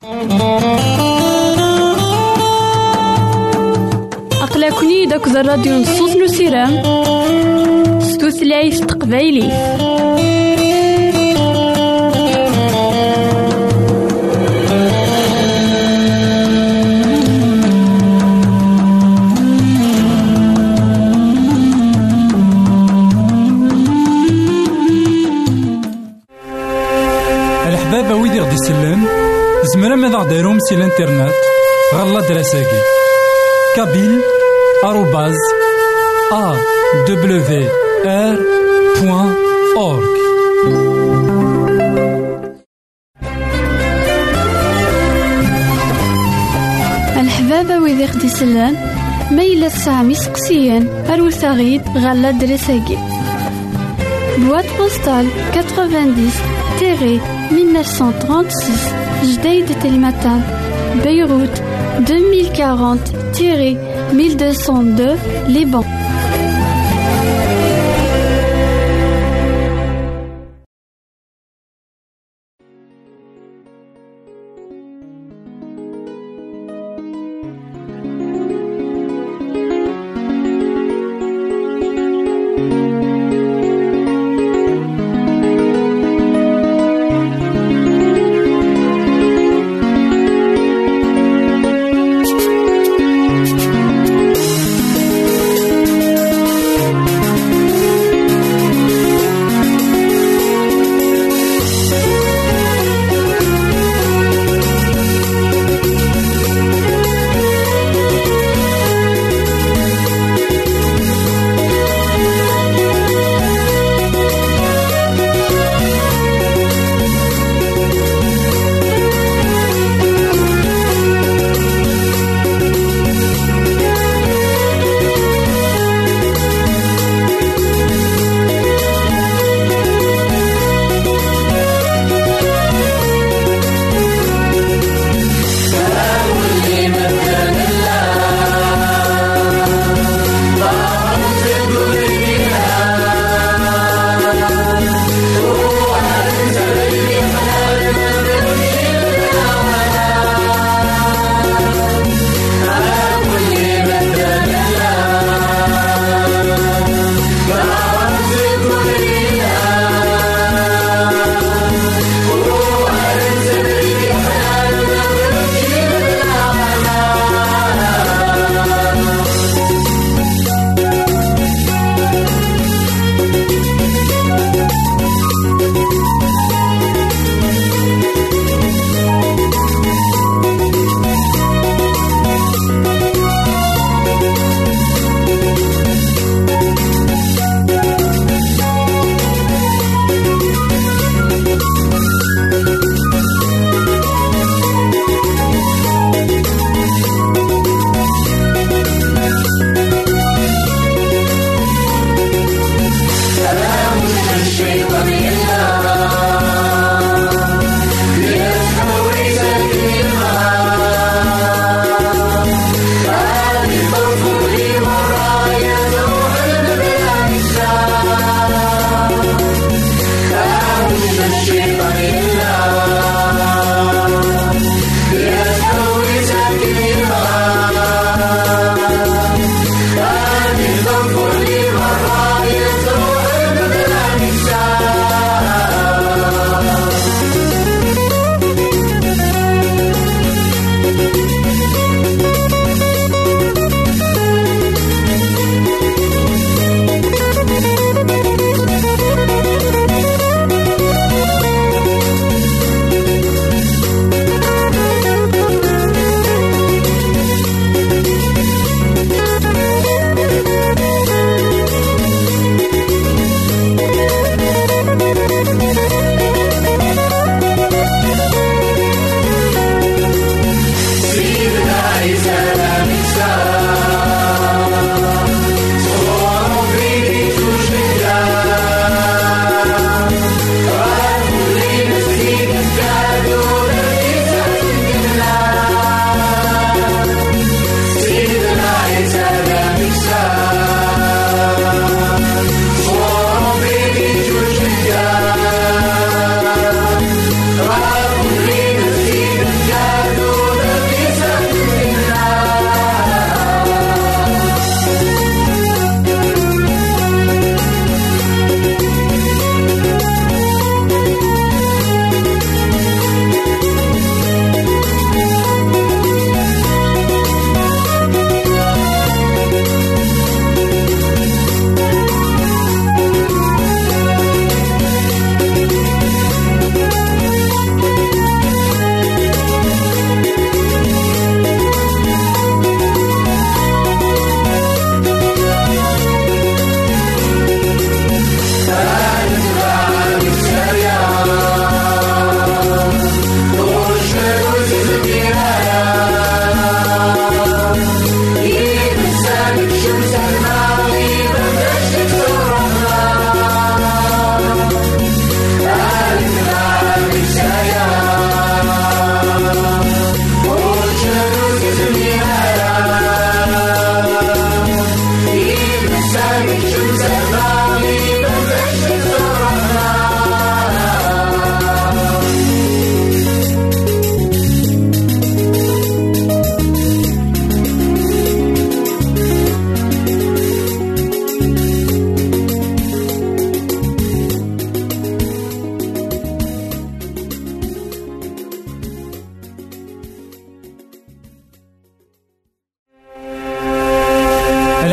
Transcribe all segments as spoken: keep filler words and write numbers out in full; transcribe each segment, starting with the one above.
أقلكني داك الراديو نصوص نسيرام ستوثلايف تقبايلي. الحبابة ويدي غدي يسلم زمرا ماذا غديرهم سي الانترنت غالا دراساكي كابيل آروباز أ دبليو آر بوان أورك. الحبابة ويدي غدي يسلم ميلا سامي سقسيان أروساغيد غالا دراساكي boîte postale quatre-vingt-dix mille neuf cent trente-six Jdeï de Telmatan, Beyrouth deux mille quarante mille deux cent deux Liban.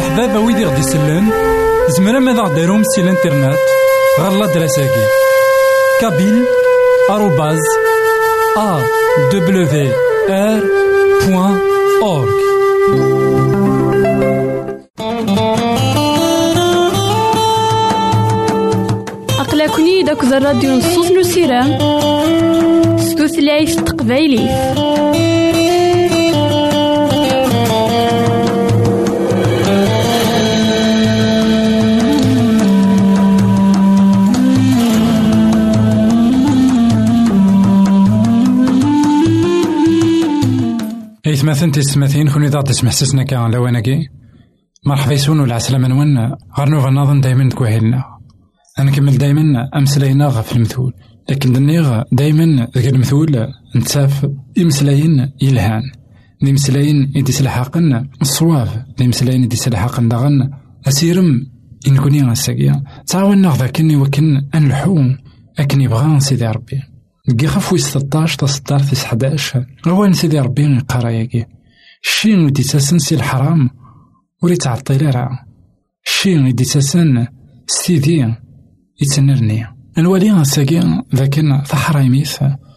الحبابة ويدي غدي يسلم زمرا ماذا غديرهم سي الانترنت غالا دراساكي كابيل آروباز أ دبليو آر بوان أورك. أقلكني داك الراديو نصوص نسيران ستوثلايف تقبايلي. إثماثن تسمثين كوني ضاع تسمح سسنا كان لواناكي مرحبا يسون والعسلامة نوانا غرنو غناظن دايما تكوهلنا أنا كمل دايما أمسلاينا في المثول لكن دنيغ دايما ذاك المثول نتساف إمسلاين يلهان دي مسلاين يدي سلحاقن الصواب دي مسلاين يدي سلحاقن داغن أسيرم إن كوني غاساكيا تعاوننا ذاكني وكن أنلحو أكني بغان سيدي ربي كي خاف ويس ستاش تا ستار في حداش هو سيدي ربي يقرا ياكي الشي ودي تاسن سي الحرام ولي تعطيل راه الشي ودي تاسن سيدي يتنرني الوالي ساكي ذاكن تحريميث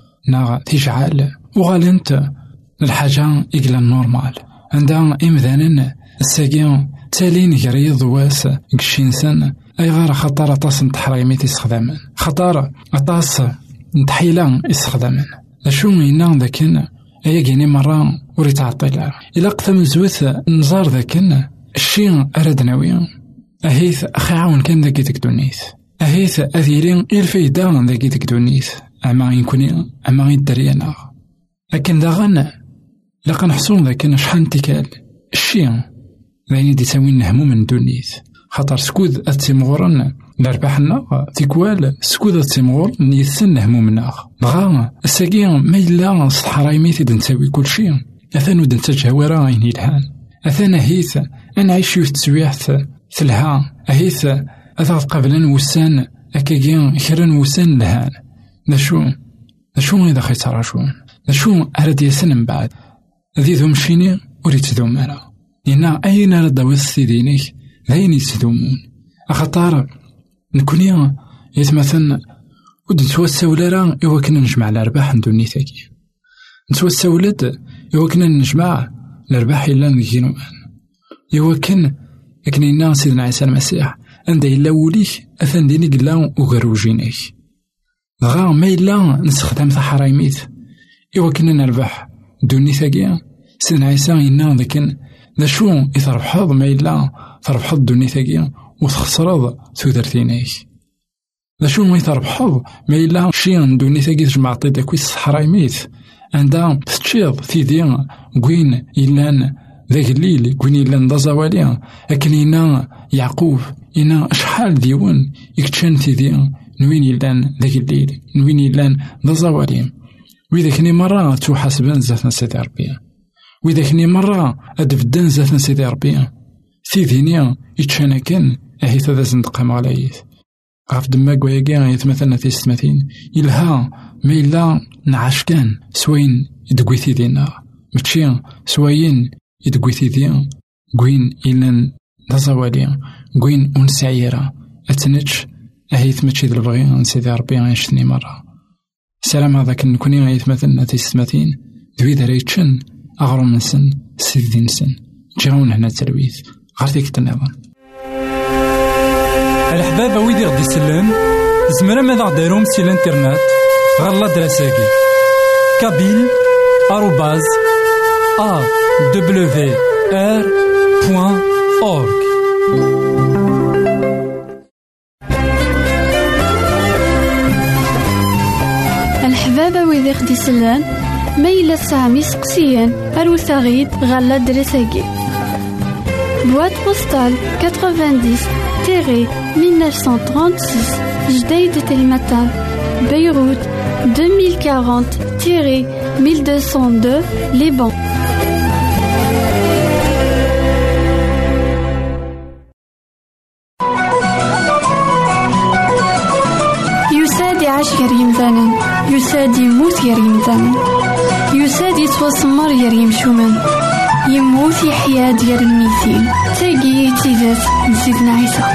نا تجعل وغالنت الحاجه إقلا النورمال عندها إمذانا الساكي تالين يريض واس كشينسان أي غير خطر أطاس تحريميث يستخدمن خطر أطاس نتحيلا يستخدمن أشو إنا ذاكن أيا كيني مرة وريت عطيلا إلا قثم زوث نزار ذاكن الشي أردناوي أهيث أخي عاون كان ذاكي تكدونيث أهيث أذيرين الفايدة ذاكي تكدونيث أما ينكوني أما يدرينا لكن داغن لقا نحسون ذاكن شحال تكال الشي ذاين دي تساوي نهمو من دونيث خاطر سكوذ أتيمغورن لربحنا تيكوال سكوذ أتيمغور نيثن نهمو مناغ بغا الساقيا ما إلا صحرايميث إذا نساوي كل شي أثانو دن تجهورا عيني الهان أثانا هيث أنا عيش يوث تسويحث ثلها أهيث أثاث قبلا وسان أكاقيا خيران وسان لهان نشو نشو إذا خيط راشون نشو أرد يسن من بعد ذي ذو مشيني وريت ذو مانا إنا أين ردوث سيدينيك ذاين يسدومون أخطار نكوني يتمثل ود نتوسى ولارا إوا كنا نجمع الأرباح ندوني ثاكي نتوسى ولد إوا كنا نجمع الأرباح إلا نكينو إوا كن أكنينا سيدنا عيسى المسيح عند إلا وليك أثن ديني قلا وغروجينيك غا ما إلا نستخدم ثحرايميت إوا كنا نربح دوني ثاكي سيدنا عيسى إنا ذاكن ذا شو يتربحض ما إلا تربحض دوني ثاكي وتخسرض ثودرتينيك ذا شو ما يتربحض ما إلا شي دوني ثاكي تجمع طيدك ويس حرايميت عندها تشيض ثيدي قوين إلان ذاك الليل قوين إلان دازواليا أكن إنا يعقوب إنا شحال ديون يكتشان ثيدي نوين إلان ذاك الليل نوين إلان دازواليا وإذا كني مرة توحسبان زاتنا سيدي ربي وإذا كني مرة أدفدان زاتنا سيدي ربي ثيدينيا يتشانا كان أهي ثلاث زندقام غلايث غاف دماغ وياكيا يتمثلنا في ستماثين إلها ما إلا نعاش كان سوين يدقوي ثيدينا متشي سوين يدقوي ثيديا قوين إلا دازواليا قوين ونسعيرا أتنتش أهي ثمتشي ذا البغي نسيدي ربي غيشتني مرة سلام هذاك نكوني يتمثلنا في ستماثين ذوي ذا ريتشن أغرو من سن سيدي نسن جاون هنا تلويث غارتيك النظام الحبابة ويدي غدي يسلم زمرا ماذا غديرهم سي الانترنت غالا دراساكي كابيل آروباز أ دبليو آر بوان أورك. الحبابة ويدي غدي يسلم ما إلا سامي سقسيان أروثاغيد غالا دراساكي boîte postale quatre-vingt-dix mille neuf cent trente-six Jdeï de Telmatan Beyrouth deux mille quarante mille deux cent deux Liban. يساد يعيش غير يمثالا يساد يموت غير يمثالا يساد يتوسمر غير يمشومان يموت يحيا ديال الميتين تاقي تيزات نسيتنا عيسى.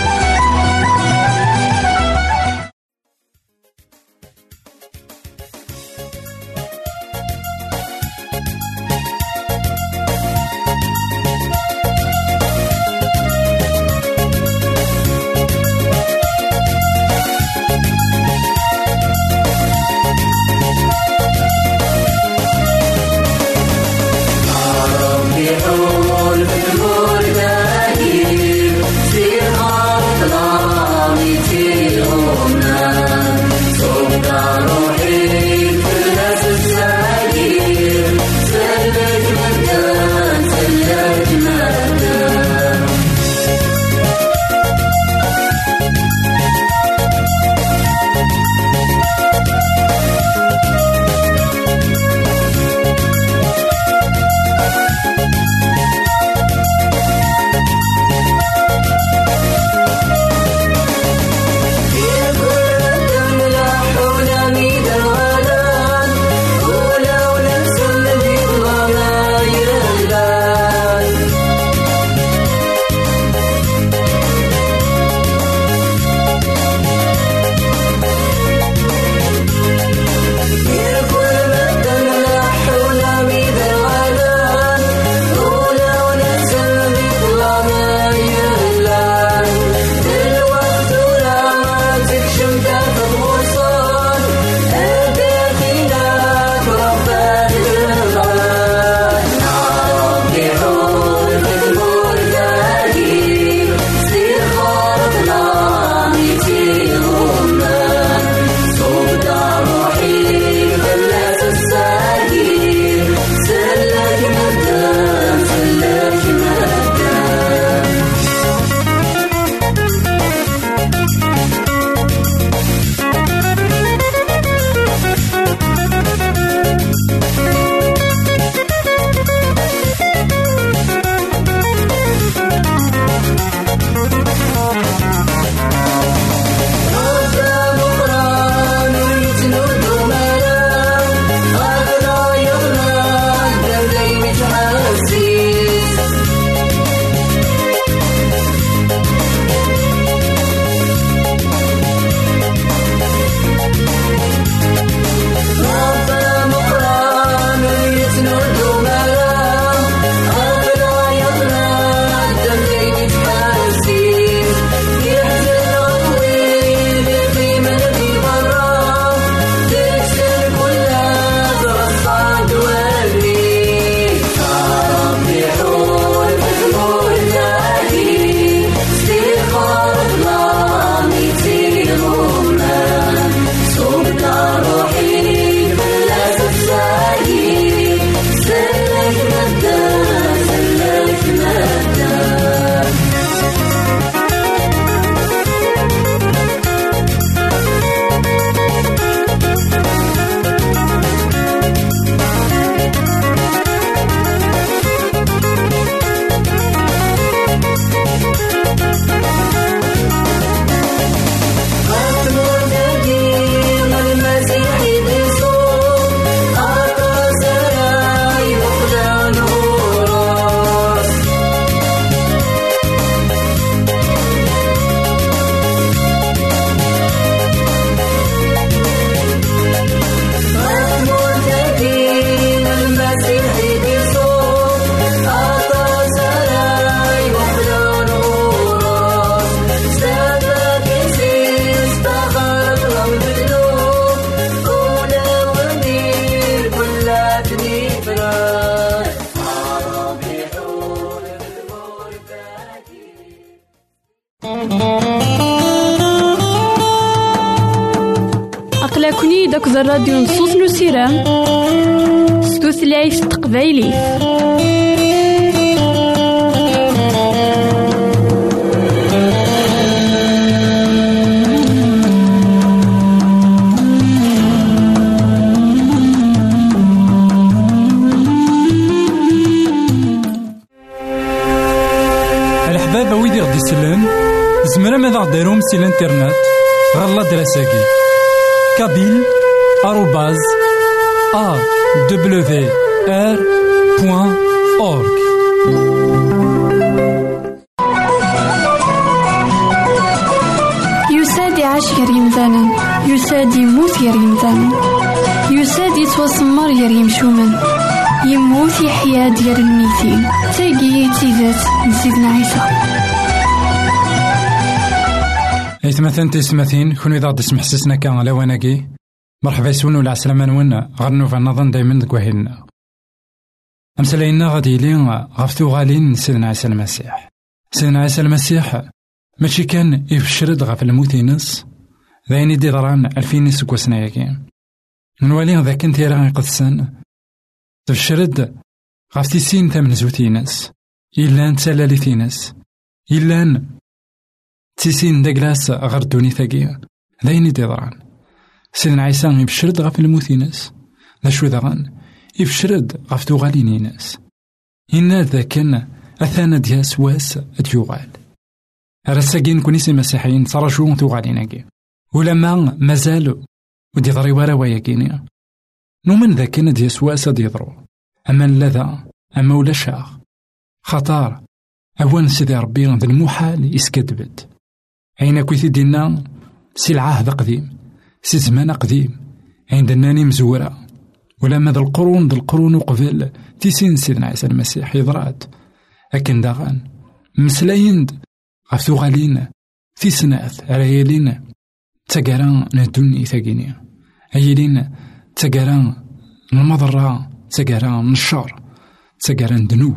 أقلكني داك الراديو نصوص نسيران ستوثلايف تقبايلي. الحبابة ويدي غدي يسلم زمرا ماذا غديرهم سي الانترنت غالا دراساكي كابيل آروباز أ دبليو آر بوان أورك. يساد عاش غير يمثالا، يساد يموت غير يمثالا، يساد يتوسمر غير يمشومن، يموت يحيا ديال الميتين. تاقي تيزات لسيدنا عيسى. ايتمثل تيسمثين كون إذا تسمح سسنا كان على وناكي مرحبا يسون ولا عسلامة نون غرنو فنظن دايما دكوهيلنا أمسلاينا غادي لين غفتو غالين سيدنا عيسى المسيح. سيدنا عيسى المسيح ماشي كان يفشرد غف الموتينس ذاين دي ضران ألفين سكوسنا ياكي من والين ذا كنت يرى قدسان تفشرد غف تيسين ثمن زوتينس إلا نتسلالي تينس إلا تيسين داكلاس غير دوني ثاقية ذاين دي ضران. سيدنا عيسى يفشرد غف الموتينس ذا شو ذغان يفشرد غف توغالين ناس إنا ذا كان أثانا دياس واس أديوغال رساقين كونيسي مسيحيين ترجون توغاليناكي ولما مازالوا ودي ضري ورا وياكيني نومن ذا كان دياس واس أديضرو أما لذا أما ولا شاغ خطار أوان سيدي ربي ذا المحال يسكدبت عينا كويثي دينا سي العهد قديم سي زمان قديم عندنا مزورة ولما ذا القرون ذا القرون وقبل تيسين سيدنا عيسى المسيح يضرات أكن داغان مسلاين غفتو غالين في سناث ريالين تقران ندوني ثاقيني عيالين تقران المضرة تقران الشر تقران دنوب.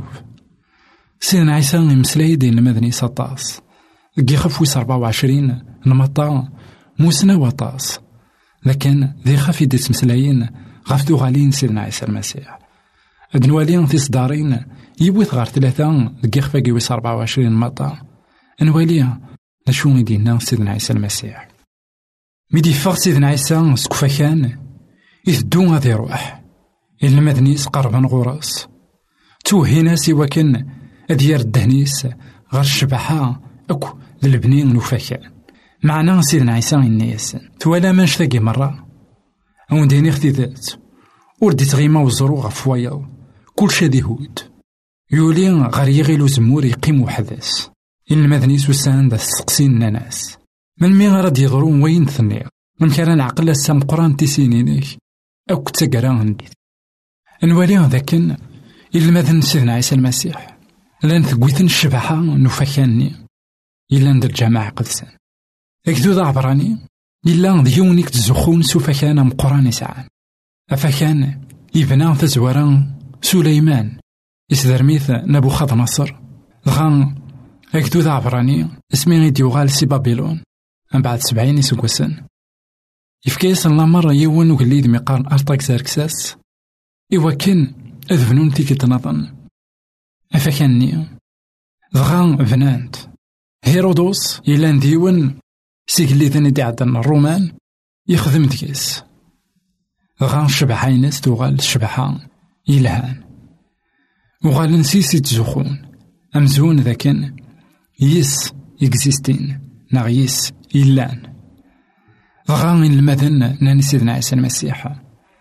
سيدنا عيسى مسلايدين المدني سطاس كي خفويس أربعة وعشرين نمطا موسنا وطاس لكن ذي خفي ديس مسلايين غفتو غالين سيدنا عيسى المسيح أدنوالين في صدارين يبوث غار ثلاثة كي خفا كيويس أربعة وعشرين نمطا أنواليا لشو مدينا سيدنا عيسى المسيح ميدي فاغ سيدنا عيسى سكفاكان يثدو غادي يروح إلا مدنيس قربان غراس توهينا سوا كان أديار الدهنيس غير الشبحة أكو للبنين نوفاكان معنا سيدنا عيسى الناس توالا منش ثاقي مرة أو نديني اختي ذات وردي تغيما وزرو غف وياو كل شي دي هود يولي غير يغيلو زمور يقيم وحدث إن المدنيس وسان دا تسقسين ناس من مي غراد يضرون وين ثنيا من كان العقل السام قران تيسينينيك أو كتاقران هنديث نوالي ذاكن إلا المدن سيدنا عيسى المسيح لان ثقويثن الشبحة نفاكاني إلا ندر جماعة قدسان أكدو ذا عبراني إلا ديونيك تزخون سوفاكان مقران ساعان أفاكان يبنى تزوران سليمان إسدرميث نبوخذ نصر غان أكدو ذا عبراني اسمي غيدي يغال سي بابيلون من بعد سبعين يسوكوسن يفكيس النمر يوان وقليد مقارن أرطاك زاركساس إوا كان أذفنون تيكي تنظن أفاكاني غان فنانت هيرودوس يلان ديوان سيقلي ذني دي عدن الرومان يخدم ديس غان شبحة ينس توغال شبحة يلهان وغال نسيسي تزخون أمزون ذا كان يس إكزيستين ناغ يس إلان غان المذن ناني سيدنا عيسى المسيح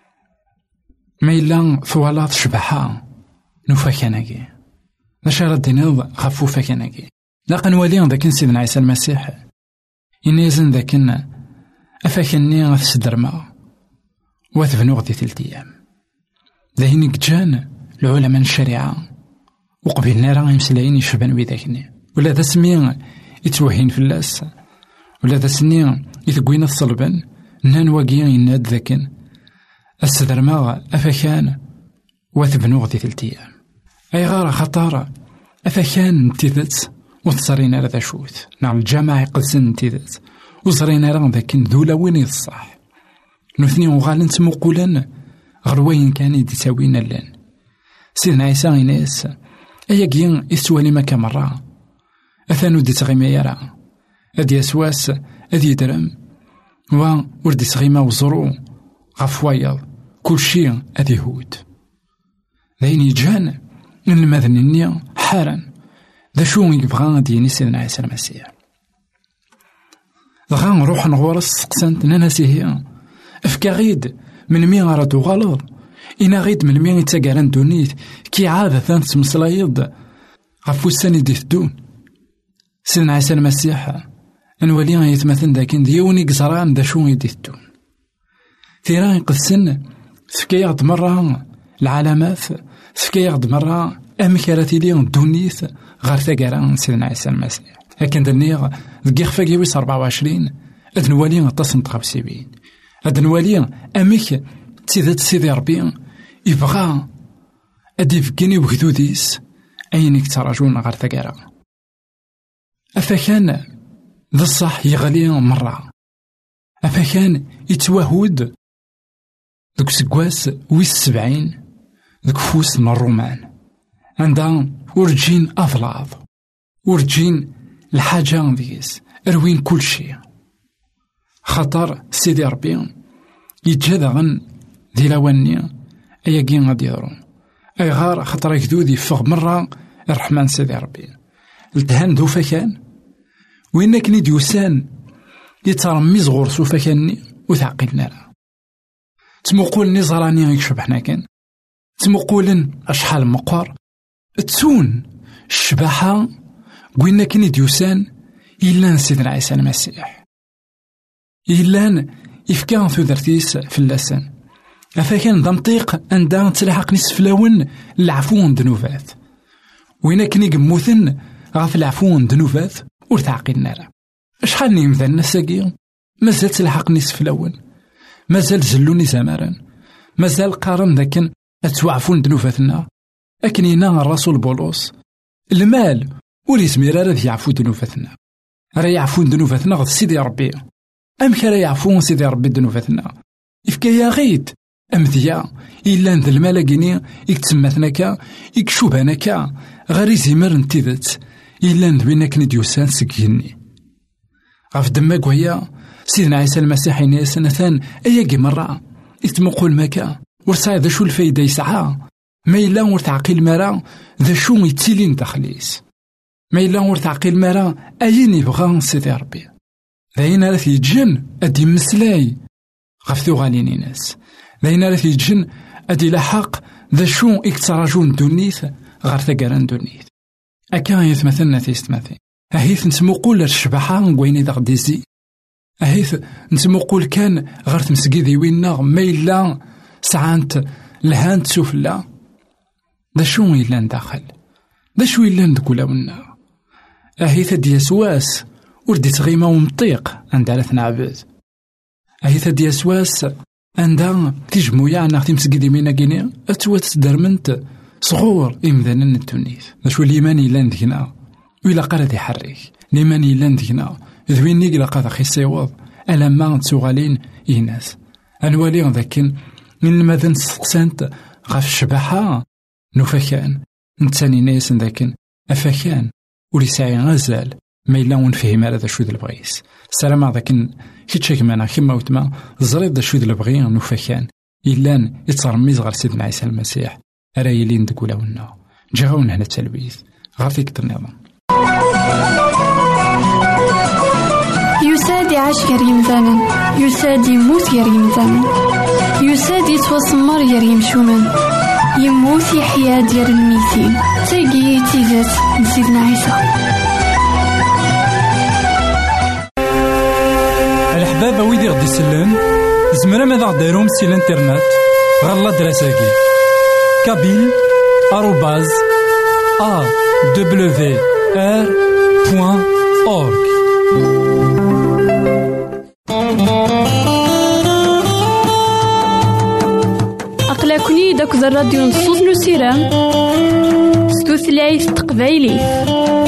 ما إلا فوالات شبحة نفاكاناكي نشار الدينيض غفو فاكاناكي لقن واليان ذا كان سيدنا عيسى المسيح إنيزن ذا كان أفاكني غف سدرما وثبنو غدي ثلث أيام ذهينيك جان العلماء الشريعة وقبلنا راه يمسلاين يشبان ويذاكني ولا ذا سمين يتوهين في اللاس ولا ذا سنين يثقوين الصلبان نان واقيين يناد ذاكن السدرما أفاكان وثبنو غدي ثلث أيام أي غارة خطارة أفاكان نتيذت وتصرينا لذا شوث نعم الجامعة قدسن نتيذت وصرينا راه ذاكن ذولا وين يصح نثني وغالن سموقولن غروين كان يتساوينا لان سيدنا عيسى يناس أيا كين يسوالي ما كمرة أثانو دي تغيما يرى أدي أسواس أدي درم و وردي تغيما وزرو غفوايض كل شيء أدي هود ذين يجان من المذنية حالا ذا شو يبغى ديني سيدنا عيسى المسيح ذا نروح نغورس سقسنت ناناسي هي أفكا غيد من مي غارتو غالض إنا غيد من المين يتساقران دونيت كي عادة ثانت تمسلايض غفو السنة دي الدون. سيدنا عيسى المسيح أنوالي غيتمثل داكين ديوني قزران دا شو يدي الدون. ثيران قدسن فكي يغد مرة العلامات، فكي يغد مرة أمكاراتي لي دونيت غير ثاقران سيدنا عيسى المسيح. هكذا دنيغ ذكيغ فاقيويس أربعة وعشرين أدنوالي غطاسن تخبسيبين أدنوالي أميك تسيدات سيدي ربي يبغى أدي فكيني وكذوديس أينك تراجون غير ثاقران. أفكان ذا الصح يغلي مرة، أفكان يتوهود ذوك سكواس ويس سبعين ذوك فوس من الرومان عندها ورجين أفلاض ورجين الحاجة ديس أروين كل شيء. خطر سيدي ربي يتجاذغن ذي لواني أياكين غادي يدرون أي غار خطر يكدودي فغ مرة الرحمن سيدي ربي التهان ذو فكان وإنك نديوسان يترمز غرسو فكاني وثعقلنا له تمقول نزراني يكشبحنا كان تمقولن أشحال مقار تسون الشباحة قلنا كني ديوسان إلا سيدنا عيسى المسيح إلا إفكان ثودرتيس في اللسان أفكان دمطيق أندا تلاحق نسفلاون العفون دنوفات وإنا كني قموثن غاف العفون دنوفات ورتعقلنا له أشحال نيمذا النساقي مازال تلاحق نسفلاون مازال زلوني زمارا مازال قارن ذاكن أتوعفون دنوفاتنا أكنينا الرسول بولوس المال وليسمير راه يعفو دنوفاتنا راه يعفون دنوفاتنا غد سيدي ربي أم كرا يعفون سيدي ربي دنوفاتنا إفكايا غيد أمذيا إلا ذا المالاقيني يكتسماتناكا يكشوباناكا غاري زمر نتيذت إلا ندويناك نديوسان سكيني غاف دماك وهي سيدنا عيسى المسيح يناس نثان أياكي مرة يتمقول ماكا ورساي ذا شو الفايدة يسعى ما إلا ورتعقيل مرا ذا شو يتسيلين تخليس ما إلا ورتعقيل مرا أين يبغى سيدي ربي ذاين راه يتجن أدي مسلاي غفتو غاليني ناس ذاين راه يتجن أدي لحق ذا شو يكتراجون دونيث غير ثقران دونيث أكا يتمثلنا تيستمثل أهيث نسموقول الشبحة نقويني ذا غديزي أهيث نسموقول كان غير تمسقيذي وينا ما إلا سعانت لهانت سفلا ذا شو إلا نداخل ذا شو إلا ندقولا ونا أهيث دياسواس وردي تغيمة ومطيق عند على ثنعبد أهيث دياسواس عندها تجمويا عنا تمسقيذي مينا كيني أتوات تدرمنت صغور إمذانا التونيث ذا شو الإيمان إلا ندهنا وإلا قرد يحرك الإيمان إلا ندهنا ذويني إلا قاد أخي السيوض ألا ما تسوغالين إيناس أنوالي ذاكن من ماذا نستقسانت غاف الشباحة نفكان نتاني ناس ذاكن أفكان وليساعي غزال ما إلا ونفهم على ذا شو ذا البغيس السلام ذاكن كي تشاك معنا كيما وتما زريد ذا شو ذا البغي نفكان إلا يترميز غير سيدنا عيسى المسيح رايلين دكولا ونا جاونا هنا التلبيث غير فيك النظام يساد يعيش كريم زمن يساد يموت كريم زمن يساد يتوسمر يريم شومن يموت يحيا ديال الميتين تيجي تيجات لسيدنا عيسى. الحبابة ويدي غدي يسلم زمرا ماذا غديرهم سي الانترنت غالا دراساكي كابيل آروباز أ دبليو آر بوان أورك. أقلكني داك الراديو نصوص نسيران ستوثلايف تقبايلي.